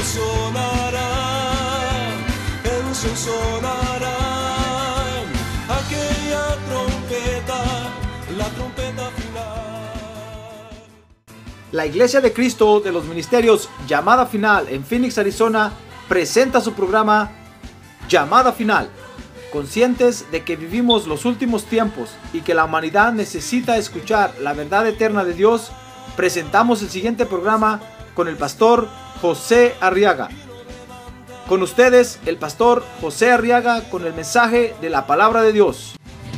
sonará aquella trompeta, la trompeta final. La Iglesia de Cristo de los Ministerios Llamada Final en Phoenix, Arizona, presenta su programa Llamada Final. Conscientes de que vivimos los últimos tiempos y que la humanidad necesita escuchar la verdad eterna de Dios, presentamos el siguiente programa con el pastor José Arriaga. Con ustedes, el pastor José Arriaga, con el mensaje de la palabra de Dios.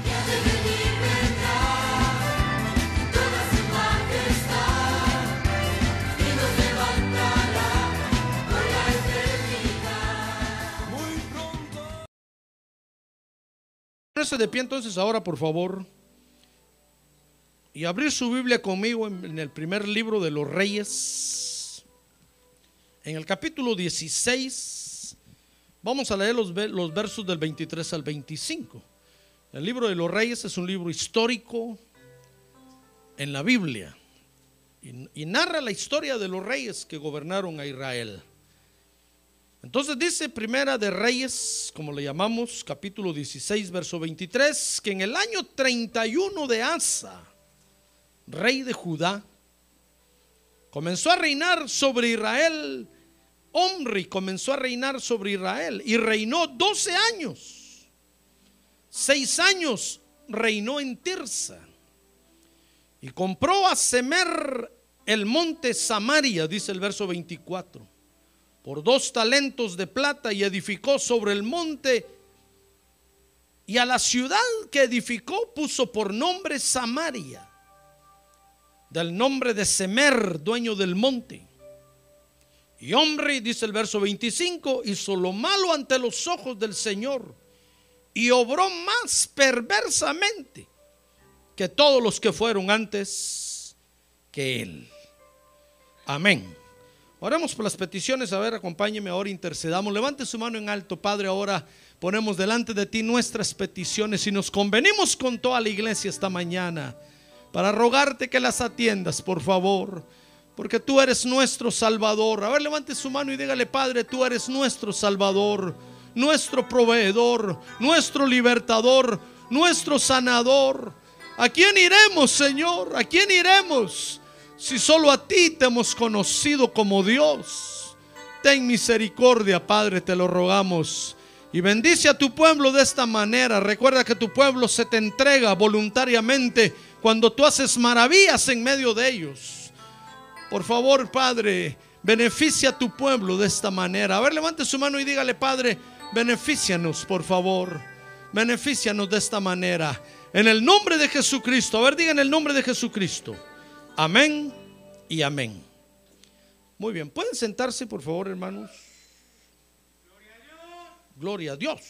Póngase de pie entonces ahora, por favor, y abrir su Biblia conmigo en el primer libro de los Reyes, en el capítulo 16. Vamos a leer los versos del 23 al 25. El libro de los Reyes es un libro histórico en la Biblia y narra la historia de los reyes que gobernaron a Israel. Entonces dice Primera de Reyes, como le llamamos, capítulo 16, verso 23, que en el año 31 de Asa, rey de Judá, comenzó a reinar sobre Israel. Omri comenzó a reinar sobre Israel y reinó 12 años. 6 años reinó en Tirsa y compró a Semer el monte Samaria, dice el verso 24, por 2 talentos de plata, y edificó sobre el monte, y a la ciudad que edificó puso por nombre Samaria, del nombre de Semer, dueño del monte. Y Omri, dice el verso 25, hizo lo malo ante los ojos del Señor y obró más perversamente que todos los que fueron antes que él. Amén. Oremos por las peticiones. A ver, acompáñeme ahora, intercedamos. Levante su mano en alto. Padre, ahora ponemos delante de ti nuestras peticiones y nos convenimos con toda la iglesia esta mañana para rogarte que las atiendas, por favor, porque tú eres nuestro Salvador. A ver, levante su mano y dígale: Padre, tú eres nuestro Salvador, nuestro proveedor, nuestro libertador, nuestro sanador. ¿A quién iremos, Señor? ¿A quién iremos si solo a ti te hemos conocido como Dios? Ten misericordia, Padre, te lo rogamos. Y bendice a tu pueblo de esta manera. Recuerda que tu pueblo se te entrega voluntariamente cuando tú haces maravillas en medio de ellos. Por favor, Padre, beneficia a tu pueblo de esta manera. A ver, levante su mano y dígale: Padre, benefícianos, por favor. Benefícianos de esta manera. En el nombre de Jesucristo. A ver, digan: en el nombre de Jesucristo. Amén y amén. Muy bien, pueden sentarse, por favor, hermanos. Gloria a Dios.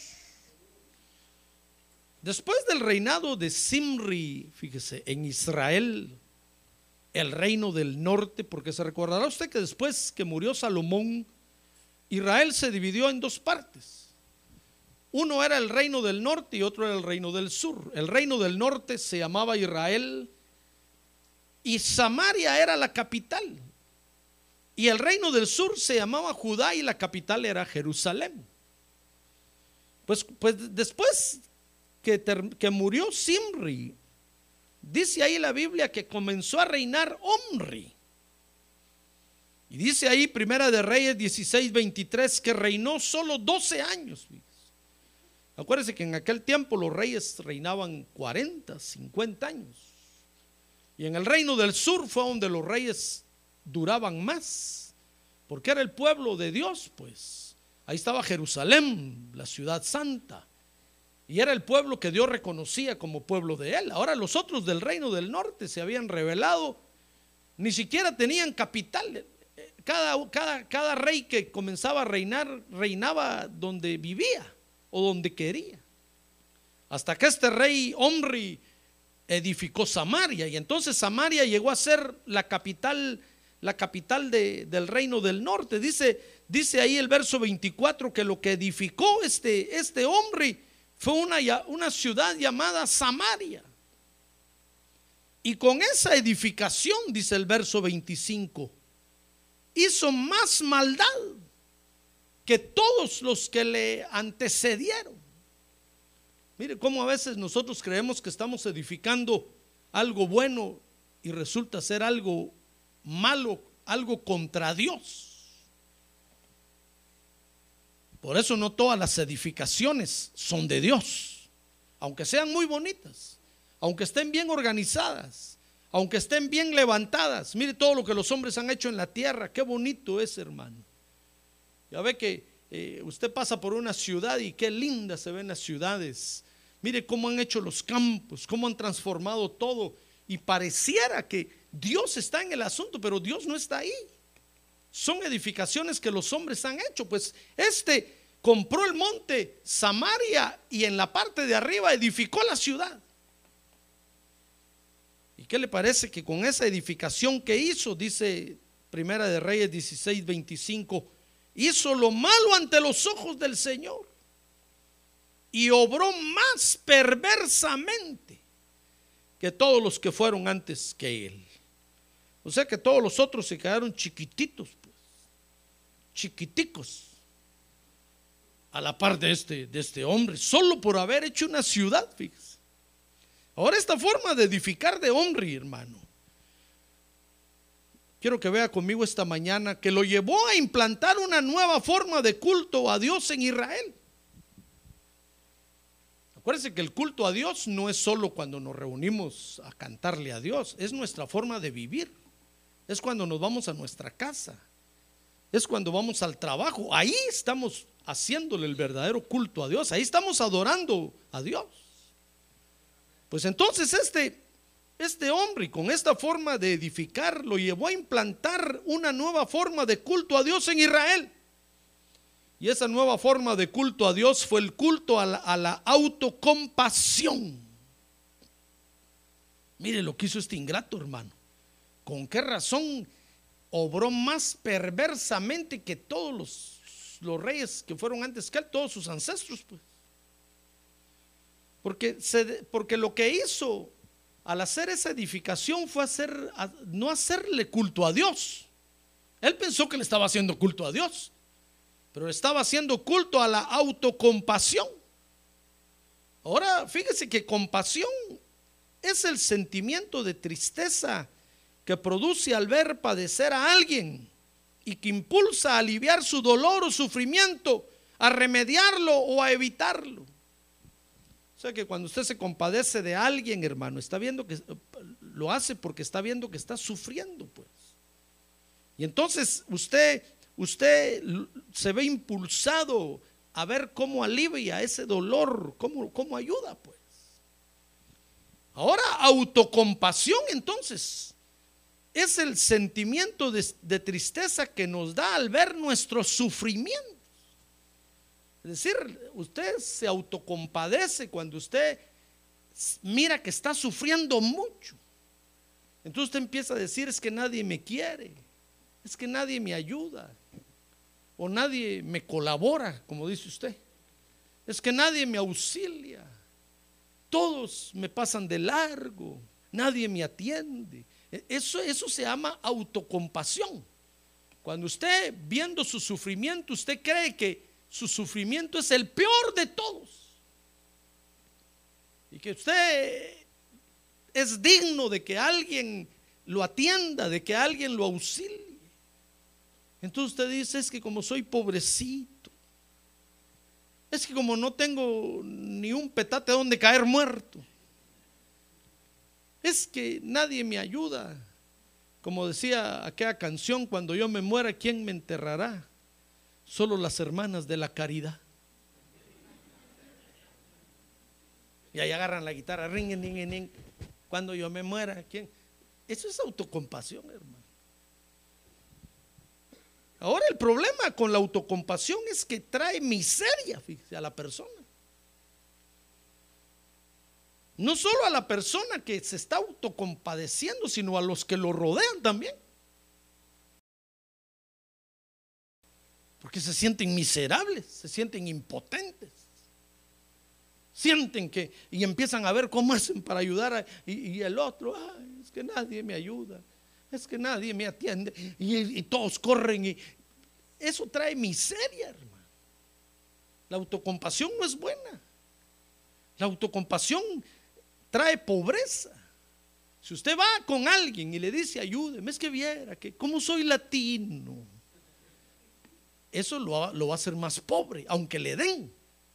Después del reinado de Zimri, fíjese, en Israel, el reino del norte, porque se recordará usted que después que murió Salomón, Israel se dividió en 2 partes. Uno era el reino del norte y otro era el reino del sur. El reino del norte se llamaba Israel y Samaria era la capital, y el reino del sur se llamaba Judá y la capital era Jerusalén. Pues después que murió Zimri, dice ahí la Biblia que comenzó a reinar Omri. Y dice ahí Primera de Reyes 16, 23, que reinó solo 12 años. Acuérdense que en aquel tiempo los reyes reinaban 40, 50 años. Y en el reino del sur fue donde los reyes duraban más, porque era el pueblo de Dios, pues. Ahí estaba Jerusalén, la ciudad santa, y era el pueblo que Dios reconocía como pueblo de él. Ahora los otros del reino del norte se habían rebelado, ni siquiera tenían capital. Cada rey que comenzaba a reinar, reinaba donde vivía o donde quería, hasta que este rey Omri edificó Samaria, y entonces Samaria llegó a ser la capital del reino del norte. Dice ahí el verso 24 que lo que edificó este Omri fue una ciudad llamada Samaria. Y con esa edificación, dice el verso 25, hizo más maldad que todos los que le antecedieron. Mire cómo a veces nosotros creemos que estamos edificando algo bueno y resulta ser algo malo, algo contra Dios. Por eso no todas las edificaciones son de Dios, aunque sean muy bonitas, aunque estén bien organizadas, aunque estén bien levantadas. Mire todo lo que los hombres han hecho en la tierra, qué bonito es, hermano. Ya ve que usted pasa por una ciudad y qué linda se ven las ciudades. Mire cómo han hecho los campos, cómo han transformado todo, y pareciera que Dios está en el asunto, pero Dios no está ahí. Son edificaciones que los hombres han hecho. Pues compró el monte Samaria y en la parte de arriba edificó la ciudad. ¿Y qué le parece que con esa edificación que hizo, dice Primera de Reyes 16:25, hizo lo malo ante los ojos del Señor y obró más perversamente que todos los que fueron antes que él? O sea que todos los otros se quedaron chiquititos, pues, chiquiticos, a la par de este hombre, solo por haber hecho una ciudad, fíjese. Ahora esta forma de edificar de Omri, hermano, quiero que vea conmigo esta mañana que lo llevó a implantar una nueva forma de culto a Dios en Israel. Acuérdense que el culto a Dios no es solo cuando nos reunimos a cantarle a Dios, es nuestra forma de vivir. Es cuando nos vamos a nuestra casa, es cuando vamos al trabajo. Ahí estamos haciéndole el verdadero culto a Dios, ahí estamos adorando a Dios. Pues entonces este hombre, con esta forma de edificar, lo llevó a implantar una nueva forma de culto a Dios en Israel. Y esa nueva forma de culto a Dios fue el culto a la autocompasión. Mire lo que hizo este ingrato, hermano. ¿Con qué razón obró más perversamente que todos los reyes que fueron antes que él, todos sus ancestros? Pues porque lo que hizo al hacer esa edificación fue no hacerle culto a Dios. Él pensó que le estaba haciendo culto a Dios, pero estaba haciendo culto a la autocompasión. Ahora fíjese que compasión es el sentimiento de tristeza que produce al ver padecer a alguien y que impulsa a aliviar su dolor o sufrimiento, a remediarlo o a evitarlo. O sea que cuando usted se compadece de alguien, hermano, está viendo que lo hace porque está viendo que está sufriendo, pues. Y entonces usted se ve impulsado a ver cómo alivia ese dolor, cómo ayuda, pues. Ahora, autocompasión, entonces, es el sentimiento de tristeza que nos da al ver nuestros sufrimientos. Es decir, usted se autocompadece cuando usted mira que está sufriendo mucho. Entonces usted empieza a decir: es que nadie me quiere, es que nadie me ayuda, o nadie me colabora, como dice usted, es que nadie me auxilia, todos me pasan de largo, nadie me atiende. Eso se llama autocompasión. Cuando usted, viendo su sufrimiento, usted cree que su sufrimiento es el peor de todos y que usted es digno de que alguien lo atienda, de que alguien lo auxilie. Entonces usted dice: es que como soy pobrecito, es que como no tengo ni un petate donde caer muerto, es que nadie me ayuda. Como decía aquella canción: cuando yo me muera, ¿quién me enterrará? Solo las hermanas de la caridad. Y ahí agarran la guitarra, ring, ring, ring. Cuando yo me muera, ¿quién? Eso es autocompasión, hermano. Ahora el problema con la autocompasión es que trae miseria, fíjese, a la persona. No solo a la persona que se está autocompadeciendo, sino a los que lo rodean también. Porque se sienten miserables, se sienten impotentes, sienten que, y empiezan a ver cómo hacen para ayudar y el otro: ay, es que nadie me ayuda, es que nadie me atiende, y todos corren, y eso trae miseria, hermano. La autocompasión no es buena. La autocompasión trae pobreza. Si usted va con alguien y le dice ayúdeme, es que viera que como soy latino, eso lo va a hacer más pobre, aunque le den.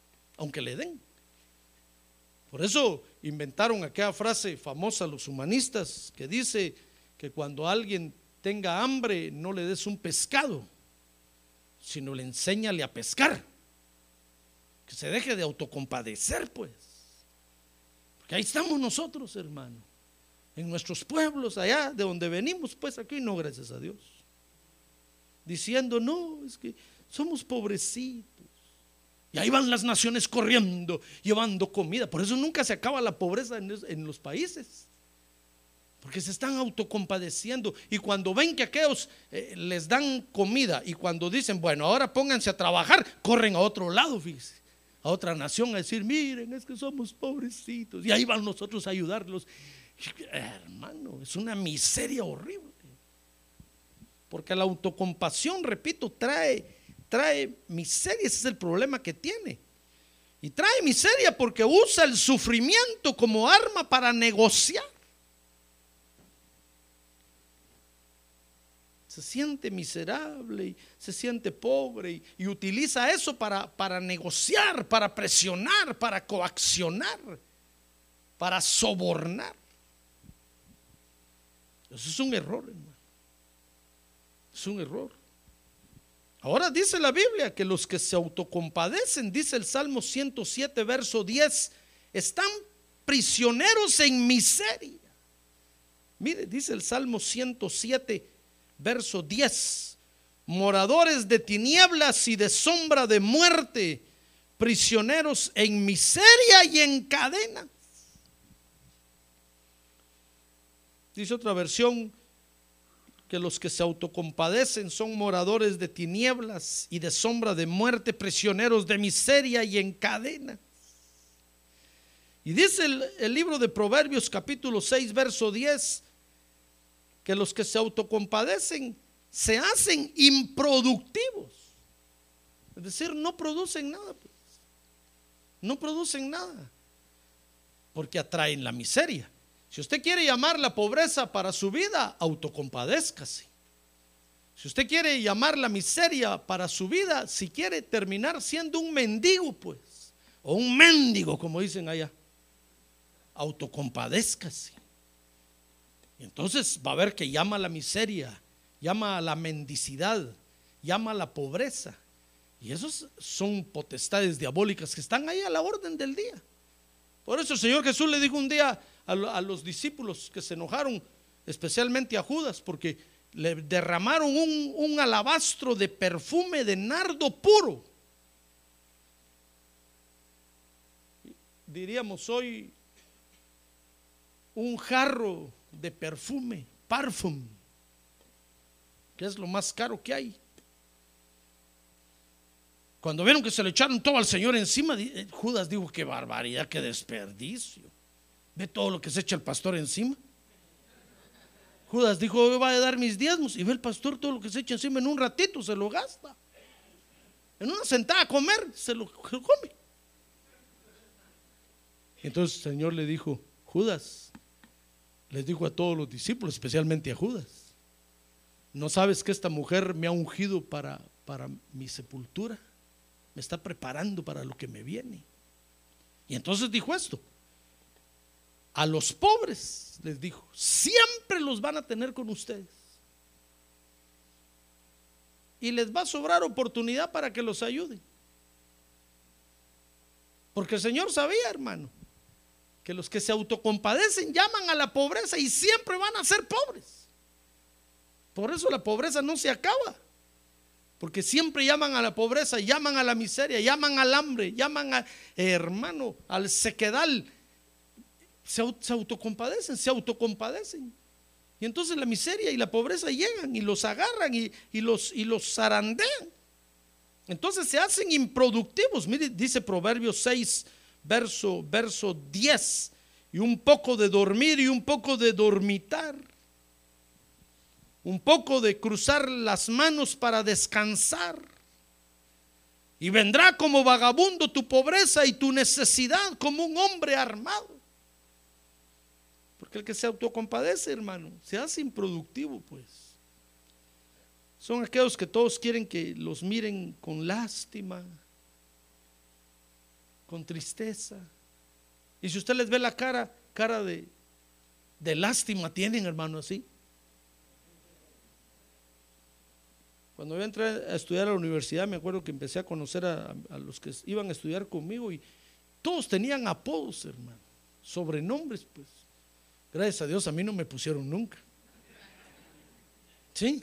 Por eso inventaron aquella frase famosa los humanistas que dice que cuando alguien tenga hambre no le des un pescado, sino le enséñale a pescar. Que se deje de autocompadecer, pues. Porque ahí estamos nosotros, hermano, en nuestros pueblos, allá de donde venimos, pues aquí no, gracias a Dios, diciendo no, es que somos pobrecitos. Y ahí van las naciones corriendo, llevando comida. Por eso nunca se acaba la pobreza en los países, porque se están autocompadeciendo. Y cuando ven que aquellos les dan comida, y cuando dicen bueno, ahora pónganse a trabajar, corren a otro lado, fíjense, a otra nación a decir miren, es que somos pobrecitos. Y ahí van nosotros a ayudarlos. Hermano, es una miseria horrible. Porque la autocompasión, repito, trae miseria. Ese es el problema que tiene. Y trae miseria porque usa el sufrimiento como arma para negociar. Se siente miserable y se siente pobre y utiliza eso para negociar, para presionar, para coaccionar, para sobornar. Eso es un error, hermano. Es un error. Ahora dice la Biblia que los que se autocompadecen, dice el Salmo 107, verso 10, están prisioneros en miseria. Mire, dice el Salmo 107, verso 10, moradores de tinieblas y de sombra de muerte, prisioneros en miseria y en cadenas. Dice otra versión que los que se autocompadecen son moradores de tinieblas y de sombra de muerte, prisioneros de miseria y en cadenas. Y dice el libro de Proverbios capítulo 6 verso 10 que los que se autocompadecen se hacen improductivos, es decir, no producen nada, pues. No producen nada porque atraen la miseria. Si usted quiere llamar la pobreza para su vida, autocompadézcase. Si usted quiere llamar la miseria para su vida, si quiere terminar siendo un mendigo, pues, o un mendigo, como dicen allá, autocompadézcase. Y entonces va a ver que llama a la miseria, llama a la mendicidad, llama a la pobreza. Y esos son potestades diabólicas que están ahí a la orden del día. Por eso el Señor Jesús le dijo un día a los discípulos que se enojaron, especialmente a Judas, porque le derramaron un alabastro de perfume de nardo puro. Diríamos hoy un jarro de perfume, parfum, que es lo más caro que hay. Cuando vieron que se le echaron todo al Señor encima, Judas dijo: qué barbaridad, qué desperdicio. Ve todo lo que se echa el pastor encima. Judas dijo: yo voy a dar mis diezmos. Y ve el pastor todo lo que se echa encima, en un ratito se lo gasta. En una sentada a comer se lo come. Entonces el Señor le dijo: Judas, les dijo a todos los discípulos, especialmente a Judas: ¿no sabes que esta mujer me ha ungido para mi sepultura? Me está preparando para lo que me viene. Y entonces dijo esto: a los pobres, les dijo, siempre los van a tener con ustedes y les va a sobrar oportunidad para que los ayuden. Porque el Señor sabía, hermano, que los que se autocompadecen llaman a la pobreza y siempre van a ser pobres. Por eso la pobreza no se acaba, porque siempre llaman a la pobreza, llaman a la miseria, llaman al hambre, llaman a, hermano, al sequedal. Se autocompadecen. Y entonces la miseria y la pobreza llegan y los agarran y los zarandean. Entonces se hacen improductivos. Mire, dice Proverbios 6 verso 10: y un poco de dormir y un poco de dormitar, un poco de cruzar las manos para descansar, Y vendrá como vagabundo tu pobreza y tu necesidad como un hombre armado. Porque el que se autocompadece, hermano, se hace improductivo, pues. Son aquellos que todos quieren que los miren con lástima, con tristeza. Y si usted les ve la cara de lástima tienen, hermano, así. Cuando yo entré a estudiar a la universidad, me acuerdo que empecé a conocer a los que iban a estudiar conmigo y todos tenían apodos, hermano, sobrenombres, pues. Gracias a Dios a mí no me pusieron nunca. ¿Sí?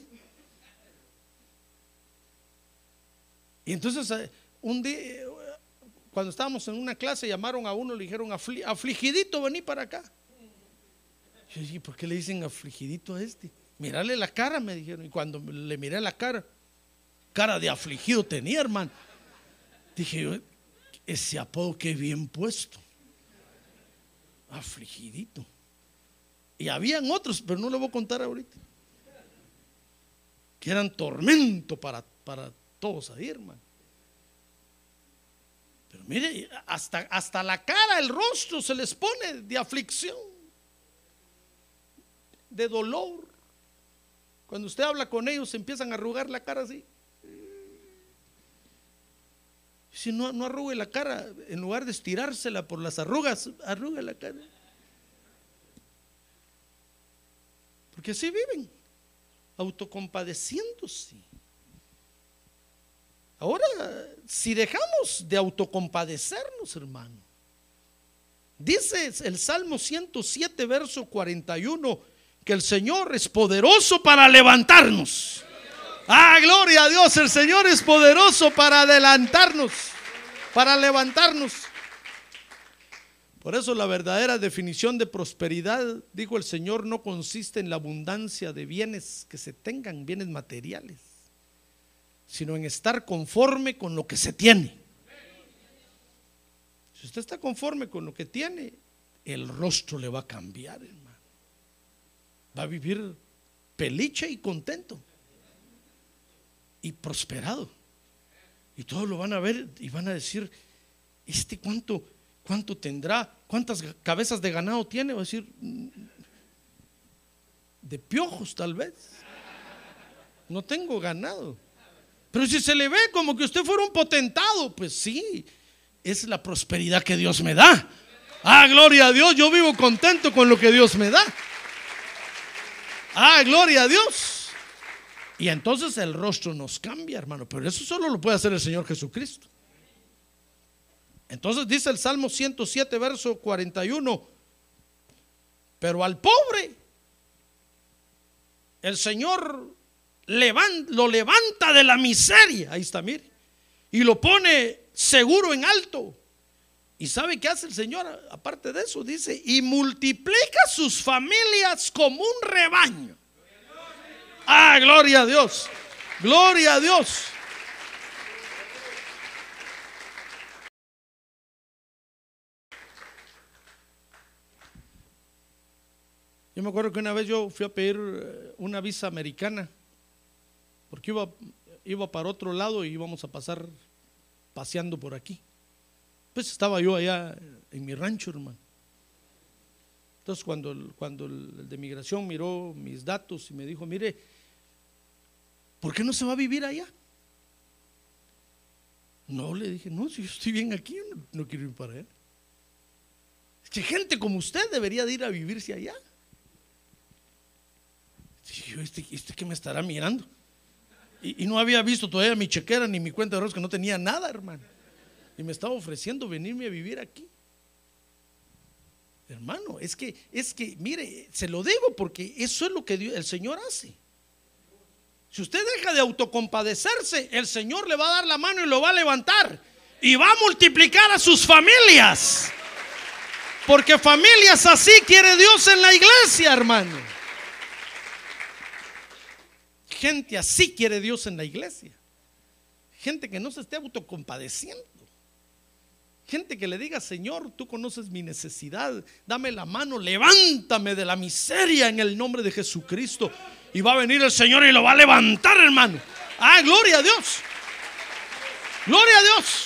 Y entonces un día, cuando estábamos en una clase, llamaron a uno, le dijeron: afligidito, vení para acá. Yo dije: ¿por qué le dicen afligidito a este? Mirarle la cara, me dijeron. Y cuando le miré la cara de afligido tenía, hermano. Dije yo: ese apodo qué bien puesto, afligidito. Y habían otros, pero no lo voy a contar ahorita, que eran tormento para todos ahí, hermano. Pero mire, hasta la cara, el rostro se les pone de aflicción, de dolor. Cuando usted habla con ellos, se empiezan a arrugar la cara así. Si no arrugue la cara, en lugar de estirársela por las arrugas, arruga la cara. Porque así viven, autocompadeciéndose. Ahora, si dejamos de autocompadecernos, hermano, dice el Salmo 107, verso 41, que el Señor es poderoso para levantarnos. Ah, gloria a Dios, el Señor es poderoso para adelantarnos, para levantarnos. Por eso la verdadera definición de prosperidad, dijo el Señor, no consiste en la abundancia de bienes que se tengan, bienes materiales, sino en estar conforme con lo que se tiene. Si usted está conforme con lo que tiene, el rostro le va a cambiar, hermano. Va a vivir feliz y contento y prosperado. Y todos lo van a ver y van a decir: ¿cuánto tendrá? ¿Cuántas cabezas de ganado tiene? Va a decir: de piojos tal vez. No tengo ganado. Pero si se le ve como que usted fuera un potentado, pues sí, es la prosperidad que Dios me da. Ah, gloria a Dios, yo vivo contento con lo que Dios me da. Ah, gloria a Dios. Y entonces el rostro nos cambia, hermano. Pero eso solo lo puede hacer el Señor Jesucristo. Entonces dice el Salmo 107, verso 41: pero al pobre el Señor lo levanta de la miseria. Ahí está, mire. Y lo pone seguro en alto. ¿Y sabe qué hace el Señor? Aparte de eso, dice: y multiplica sus familias como un rebaño. Ah, gloria a Dios. Gloria a Dios. Yo me acuerdo que una vez yo fui a pedir una visa americana, porque iba para otro lado y íbamos a pasar paseando por aquí. Pues estaba yo allá en mi rancho, hermano. Entonces cuando el de migración miró mis datos y me dijo: mire, ¿por qué no se va a vivir allá? No, le dije: no, si yo estoy bien aquí, no quiero ir para allá. Es que gente como usted debería de ir a vivirse allá. Yo, este que me estará mirando. Y no había visto todavía mi chequera ni mi cuenta de ahorros, que no tenía nada, hermano. Y me estaba ofreciendo venirme a vivir aquí. Hermano, es que mire, se lo digo porque eso es lo que el Señor hace. Si usted deja de autocompadecerse, el Señor le va a dar la mano y lo va a levantar y va a multiplicar a sus familias. Porque familias así quiere Dios en la iglesia, hermano. Gente así quiere Dios en la iglesia. Gente que no se esté autocompadeciendo. Gente que le diga: Señor, tú conoces mi necesidad, dame la mano, levántame de la miseria en el nombre de Jesucristo. Y va a venir el Señor y lo va a levantar, hermano. Ah, gloria a Dios. Gloria a Dios.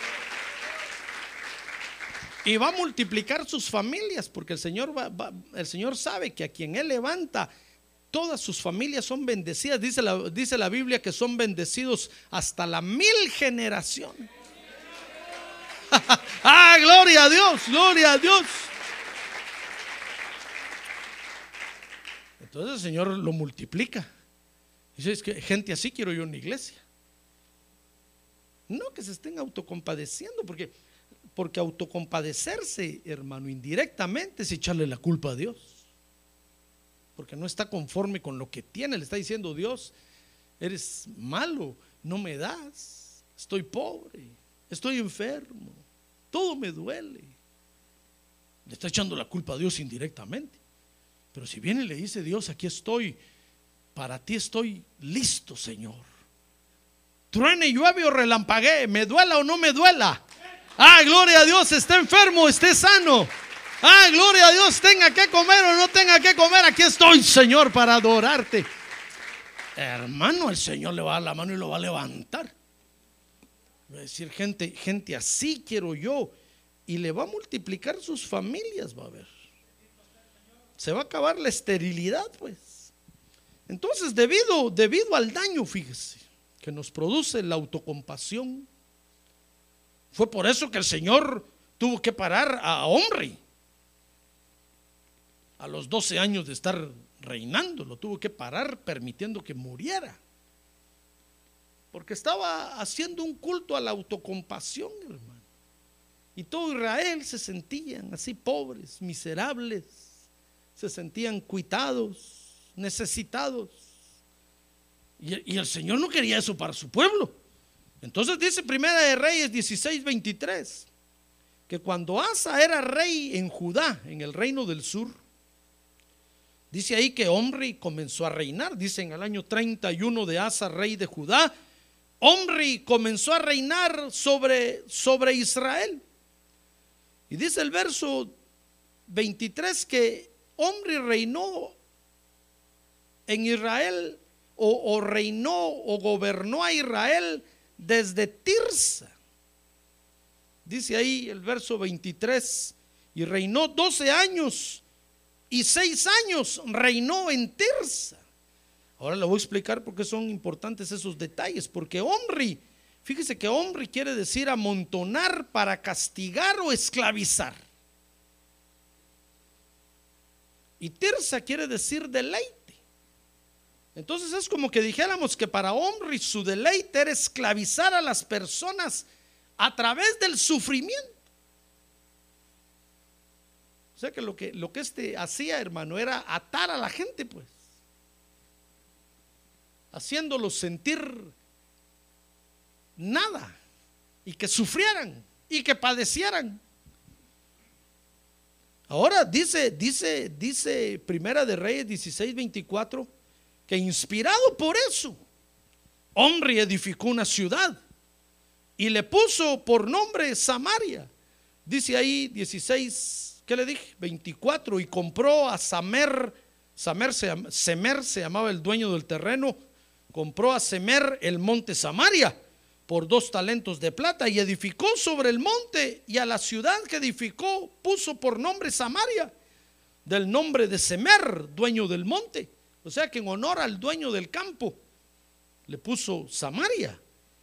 Y va a multiplicar sus familias, porque el Señor el Señor sabe que a quien Él levanta, todas sus familias son bendecidas. Dice la Biblia que son bendecidos hasta la 1000 generaciones. Ah, gloria a Dios, gloria a Dios. Entonces el Señor lo multiplica. Dice, es que gente así quiero yo en la iglesia. No que se estén autocompadeciendo, porque autocompadecerse, hermano, indirectamente es echarle la culpa a Dios, porque no está conforme con lo que tiene. Le está diciendo: Dios, eres malo, no me das, estoy pobre, estoy enfermo, todo me duele. Le está echando la culpa a Dios indirectamente. Pero si viene y le dice: Dios, aquí estoy, para ti estoy listo, Señor. Truene, llueve o relampaguee, me duela o no me duela. Ah, gloria a Dios, esté enfermo, esté sano. Ah, gloria a Dios, tenga que comer o no tenga que comer, aquí estoy, Señor, para adorarte. Hermano, el Señor le va a dar la mano y lo va a levantar. Va a decir: gente así quiero yo. Y le va a multiplicar sus familias, va a ver. Se va a acabar la esterilidad, pues. Entonces, debido al daño, fíjese, que nos produce la autocompasión, fue por eso que el Señor tuvo que parar a Omri. A los 12 años de estar reinando, lo tuvo que parar, permitiendo que muriera, porque estaba haciendo un culto a la autocompasión, hermano. Y todo Israel se sentían así pobres, miserables, se sentían cuitados, necesitados. Y el Señor no quería eso para su pueblo. Entonces dice Primera de Reyes 16:23 que cuando Asa era rey en Judá, en el reino del sur, dice ahí que Omri comenzó a reinar. Dice en el año 31 de Asa, rey de Judá, Omri comenzó a reinar sobre Israel. Y dice el verso 23 que Omri reinó en Israel, o reinó o gobernó a Israel desde Tirsa. Dice ahí el verso 23: y reinó 12 años y 6 años reinó en Tirsa. Ahora le voy a explicar por qué son importantes esos detalles. Porque Omri, fíjese que Omri quiere decir amontonar para castigar o esclavizar. Y Tirsa quiere decir deleite. Entonces es como que dijéramos que para Omri su deleite era esclavizar a las personas a través del sufrimiento. O sea que lo que este hacía, hermano, era atar a la gente, pues, haciéndolos sentir nada, y que sufrieran y que padecieran. Ahora dice Primera de Reyes 16:24 que inspirado por eso, Omri edificó una ciudad y le puso por nombre Samaria. Dice ahí 16, ¿qué le dije? 24, y compró a Semer se llamaba el dueño del terreno, compró a Semer el monte Samaria por 2 talentos de plata, y edificó sobre el monte, y a la ciudad que edificó puso por nombre Samaria, del nombre de Semer, dueño del monte. O sea que en honor al dueño del campo le puso Samaria.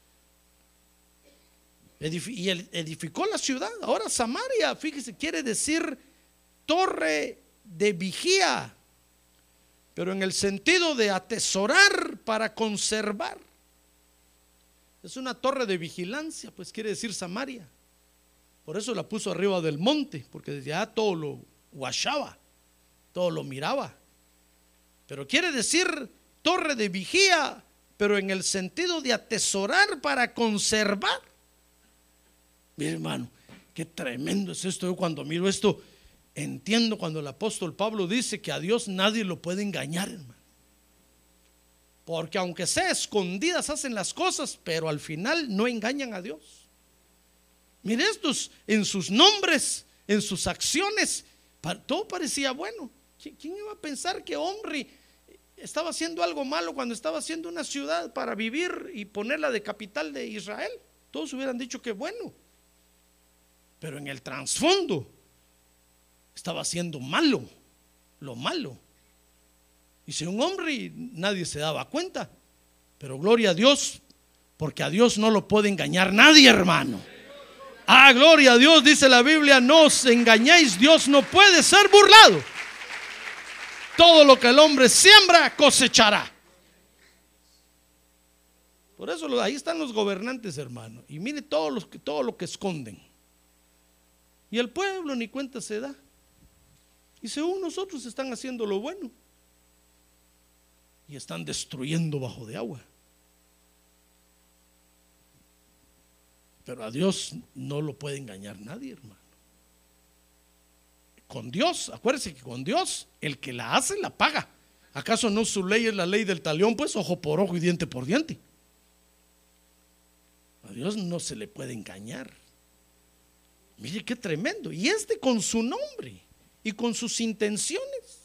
Y él edificó la ciudad. Ahora Samaria, fíjese, quiere decir torre de vigía, pero en el sentido de atesorar para conservar. Es una torre de vigilancia, pues quiere decir Samaria. Por eso la puso arriba del monte, porque desde allá todo lo guachaba, todo lo miraba. Pero quiere decir torre de vigía, pero en el sentido de atesorar para conservar. Mi hermano, qué tremendo es esto. Yo cuando miro esto entiendo cuando el apóstol Pablo dice que a Dios nadie lo puede engañar, hermano. Porque aunque sea escondidas hacen las cosas, pero al final no engañan a Dios. Mire estos, en sus nombres, en sus acciones, todo parecía bueno. ¿Quién iba a pensar que Omri estaba haciendo algo malo cuando estaba haciendo una ciudad para vivir y ponerla de capital de Israel? todos hubieran dicho que bueno, pero en el trasfondo estaba haciendo malo, lo malo. Dice un hombre y nadie se daba cuenta, pero gloria a Dios, porque a Dios no lo puede engañar nadie, hermano. Ah, gloria a Dios, dice la Biblia, no os engañéis, Dios no puede ser burlado. Todo lo que el hombre siembra, cosechará. Por eso ahí están los gobernantes, hermano, y mire todo lo que esconden. Y el pueblo ni cuenta se da. Y según nosotros están haciendo lo bueno y están destruyendo bajo de agua. Pero a Dios no lo puede engañar nadie, hermano. Con Dios, acuérdese que con Dios el que la hace la paga. ¿Acaso no su ley es la ley del talión? Pues ojo por ojo y diente por diente. A Dios no se le puede engañar. Mire qué tremendo. Y con su nombre y con sus intenciones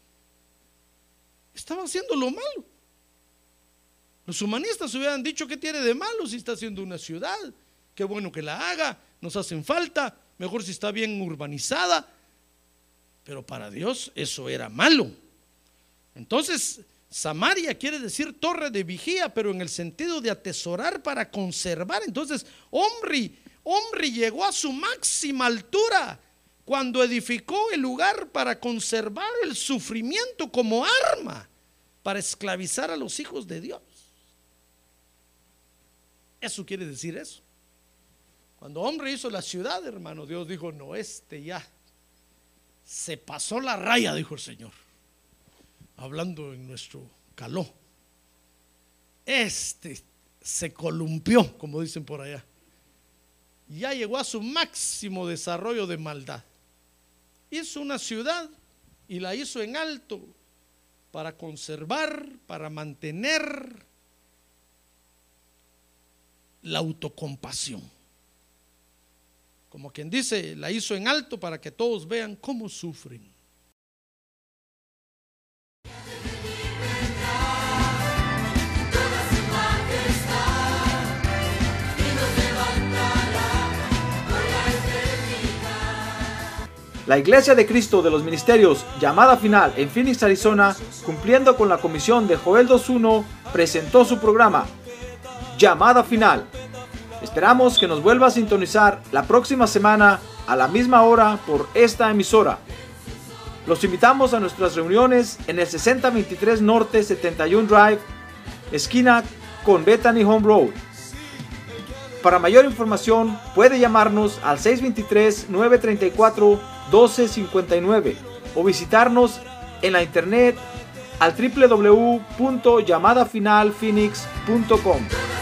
estaba haciendo lo malo. Los humanistas hubieran dicho: ¿qué tiene de malo si está haciendo una ciudad? Qué bueno que la haga, nos hacen falta, mejor si está bien urbanizada. Pero para Dios eso era malo. Entonces Samaria quiere decir torre de vigía, pero en el sentido de atesorar para conservar. Entonces Omri llegó a su máxima altura cuando edificó el lugar para conservar el sufrimiento como arma para esclavizar a los hijos de Dios. Eso quiere decir eso. Cuando Omri hizo la ciudad, hermano, Dios dijo: no, ya se pasó la raya, dijo el Señor, hablando en nuestro caló. Se columpió, como dicen por allá. Ya llegó a su máximo desarrollo de maldad. Hizo una ciudad y la hizo en alto para conservar, para mantener la autocompasión. Como quien dice, la hizo en alto para que todos vean cómo sufren. La Iglesia de Cristo de los Ministerios Llamada Final en Phoenix, Arizona, cumpliendo con la comisión de Joel 2:1, presentó su programa Llamada Final. Esperamos que nos vuelva a sintonizar la próxima semana a la misma hora por esta emisora. Los invitamos a nuestras reuniones en el 6023 Norte 71 Drive, esquina con Bethany Home Road. Para mayor información puede llamarnos al 623-934-1259 o visitarnos en la internet al www.llamadafinalphoenix.com.